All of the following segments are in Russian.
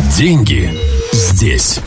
Деньги здесь.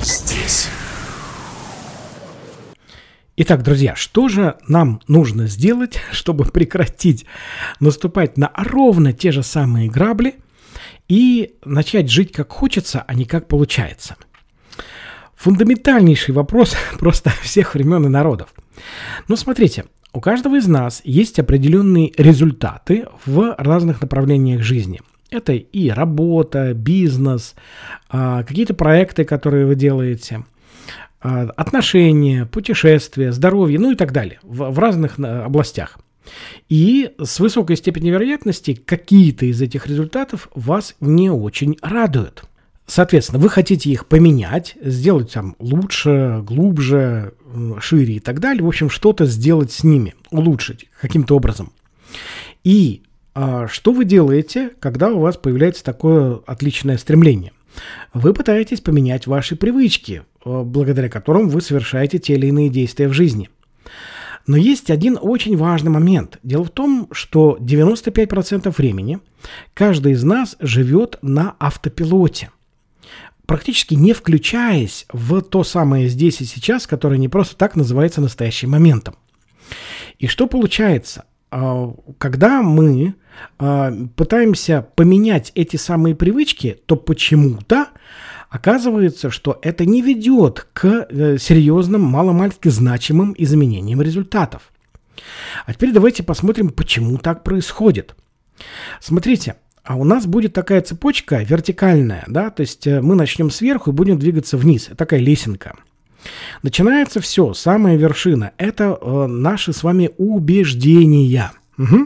Итак, друзья, что же нам нужно сделать, чтобы прекратить наступать на ровно те же самые грабли и начать жить как хочется, а не как получается? Фундаментальнейший вопрос просто всех времен и народов. Ну, смотрите, у каждого из нас есть определенные результаты в разных направлениях жизни. Это и работа, бизнес, какие-то проекты, которые вы делаете, отношения, путешествия, здоровье, ну и так далее, в разных областях. И с высокой степенью вероятности какие-то из этих результатов вас не очень радуют. Соответственно, вы хотите их поменять, сделать там лучше, глубже, шире и так далее. В общем, что-то сделать с ними, улучшить каким-то образом. И что вы делаете, когда у вас появляется такое отличное стремление? Вы пытаетесь поменять ваши привычки, благодаря которым вы совершаете те или иные действия в жизни. Но есть один очень важный момент. Дело в том, что 95% времени каждый из нас живет на автопилоте, практически не включаясь в то самое здесь и сейчас, которое не просто так называется настоящим моментом. И что получается? Когда мы пытаемся поменять эти самые привычки, то почему-то оказывается, что это не ведет к серьезным, маломальски значимым изменениям результатов. А теперь давайте посмотрим, почему так происходит. Смотрите, а у нас будет такая цепочка вертикальная, да, то есть мы начнем сверху и будем двигаться вниз, такая лесенка. Начинается все, самая вершина, это наши с вами убеждения. Угу.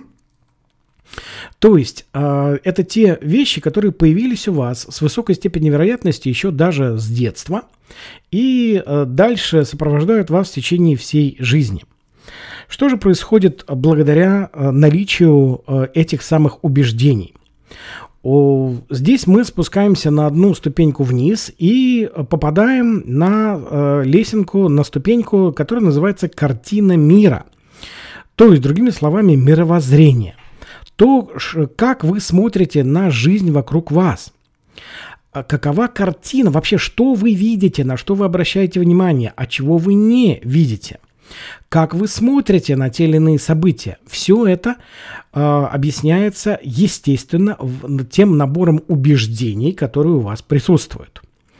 То есть это те вещи, которые появились у вас с высокой степенью вероятности еще даже с детства и дальше сопровождают вас в течение всей жизни. Что же происходит благодаря наличию этих самых убеждений? Здесь мы спускаемся на одну ступеньку вниз и попадаем на лесенку, на ступеньку, которая называется картина мира. То есть, другими словами, мировоззрение. То, как вы смотрите на жизнь вокруг вас. Какова картина? Вообще, что вы видите, на что вы обращаете внимание, а чего вы не видите? Как вы смотрите на те или иные события? Все это объясняется, естественно, тем набором убеждений, которые у вас присутствуют.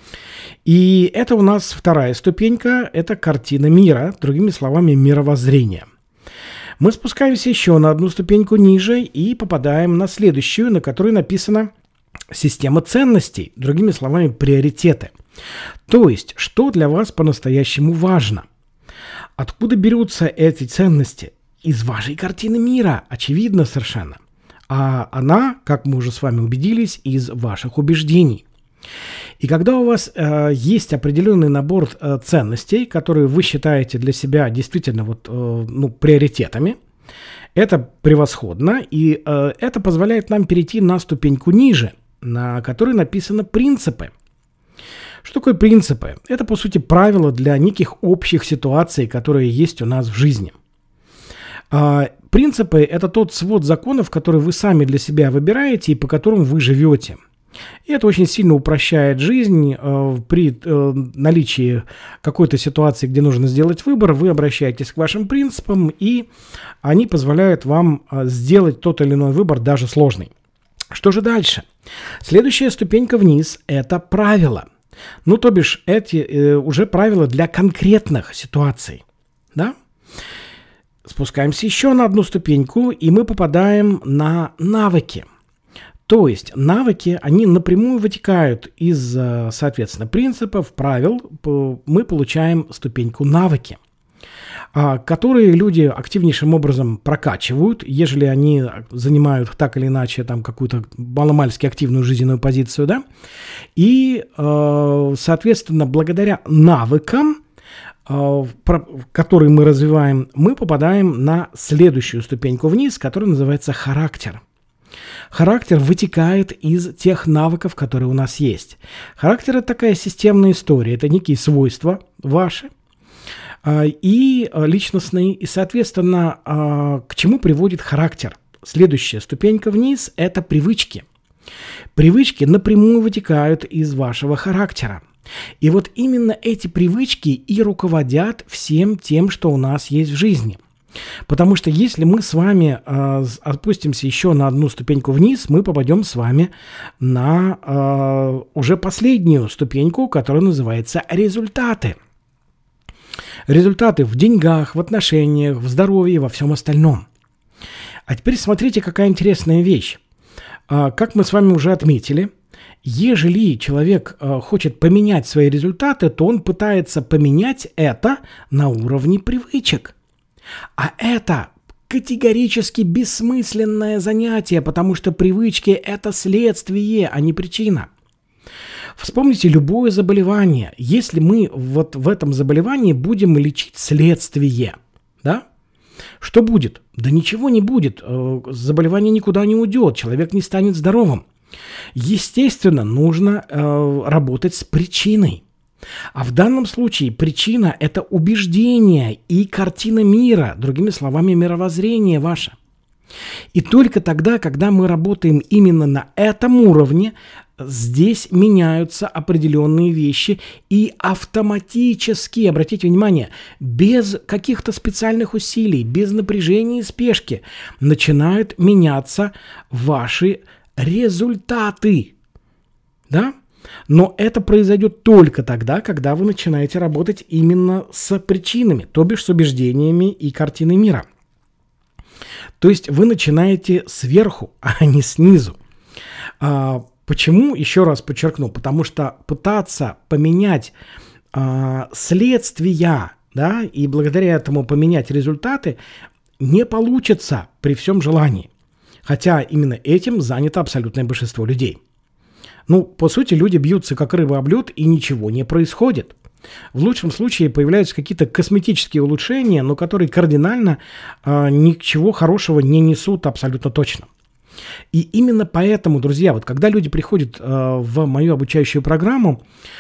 И это у нас вторая ступенька, это картина мира, другими словами, мировоззрение. Мы спускаемся еще на одну ступеньку ниже и попадаем на следующую, на которой написано система ценностей, другими словами, приоритеты. То есть, что для вас по-настоящему важно? Откуда берутся эти ценности? Из вашей картины мира, очевидно совершенно. А она, как мы уже с вами убедились, из ваших убеждений. И когда у вас есть определенный набор ценностей, которые вы считаете для себя действительно приоритетами, это превосходно, и это позволяет нам перейти на ступеньку ниже, на которой написано принципы. Что такое принципы? Это, по сути, правила для неких общих ситуаций, которые есть у нас в жизни. Принципы – это тот свод законов, который вы сами для себя выбираете и по которым вы живете. И это очень сильно упрощает жизнь. При наличии какой-то ситуации, где нужно сделать выбор, вы обращаетесь к вашим принципам, и они позволяют вам сделать тот или иной выбор, даже сложный. Что же дальше? Следующая ступенька вниз – это правила. Ну, то бишь, эти уже правила для конкретных ситуаций. Да? Спускаемся еще на одну ступеньку, и мы попадаем на навыки. То есть навыки, они напрямую вытекают из, соответственно, принципов, правил. Мы получаем ступеньку навыки, которые люди активнейшим образом прокачивают, ежели они занимают так или иначе там какую-то маломальски активную жизненную позицию, да, и, соответственно, благодаря навыкам, которые мы развиваем, мы попадаем на следующую ступеньку вниз, которая называется характер. Характер вытекает из тех навыков, которые у нас есть. Характер – это такая системная история, это некие свойства ваши, и личностные, и, соответственно, к чему приводит характер? Следующая ступенька вниз – это привычки. Привычки напрямую вытекают из вашего характера. И вот именно эти привычки и руководят всем тем, что у нас есть в жизни. Потому что если мы с вами опустимся еще на одну ступеньку вниз, мы попадем с вами на уже последнюю ступеньку, которая называется результаты. Результаты в деньгах, в отношениях, в здоровье, во всем остальном. А теперь смотрите, какая интересная вещь. Как мы с вами уже отметили, ежели человек хочет поменять свои результаты, то он пытается поменять это на уровне привычек. А это категорически бессмысленное занятие, потому что привычки – это следствие, а не причина. Вспомните любое заболевание. Если мы вот в этом заболевании будем лечить следствие, да? Что будет? Да ничего не будет. Заболевание никуда не уйдет, человек не станет здоровым. Естественно, нужно работать с причиной. А в данном случае причина – это убеждение и картина мира, другими словами, мировоззрение ваше. И только тогда, когда мы работаем именно на этом уровне, здесь меняются определенные вещи и автоматически, обратите внимание, без каких-то специальных усилий, без напряжения и спешки начинают меняться ваши результаты. Да? Но это произойдет только тогда, когда вы начинаете работать именно с причинами, то бишь с убеждениями и картиной мира. То есть вы начинаете сверху, а не снизу. Почему? Еще раз подчеркну. Потому что пытаться поменять следствия, да, и благодаря этому поменять результаты не получится при всем желании. Хотя именно этим занято абсолютное большинство людей. Ну, по сути, люди бьются как рыба об лед, и ничего не происходит. В лучшем случае появляются какие-то косметические улучшения, но которые кардинально ничего хорошего не несут абсолютно точно. И именно поэтому, друзья, вот когда люди приходят в мою обучающую программу,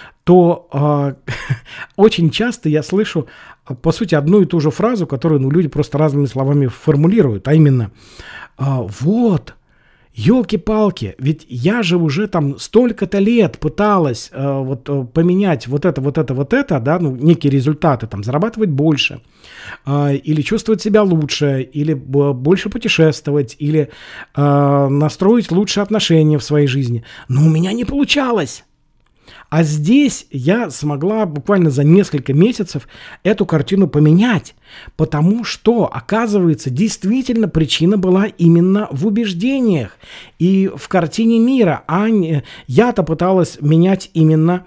то очень часто я слышу, по сути, одну и ту же фразу, которую люди просто разными словами формулируют, а именно «вот». Ёлки-палки, ведь я же уже там столько-то лет пыталась поменять вот это, да, ну, некие результаты, там, зарабатывать больше, или чувствовать себя лучше, или больше путешествовать, или настроить лучшие отношения в своей жизни. Но у меня не получалось. А здесь я смогла буквально за несколько месяцев эту картину поменять, потому что, оказывается, действительно причина была именно в убеждениях и в картине мира, а я-то пыталась менять именно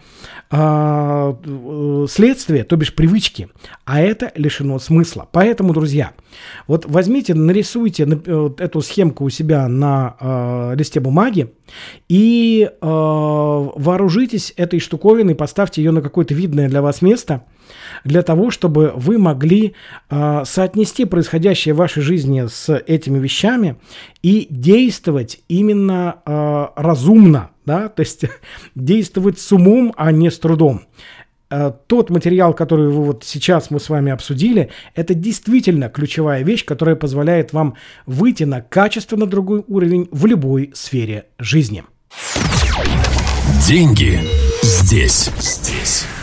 следствие, то бишь привычки, а это лишено смысла. Поэтому, друзья, вот возьмите, нарисуйте эту схемку у себя на листе бумаги и вооружитесь этой штуковиной, поставьте ее на какое-то видное для вас место, для того, чтобы вы могли соотнести происходящее в вашей жизни с этими вещами и действовать именно разумно, да? То есть действовать с умом, а не с трудом. Тот материал, который вот сейчас мы с вами обсудили, это действительно ключевая вещь, которая позволяет вам выйти на качественно другой уровень в любой сфере жизни. Деньги здесь.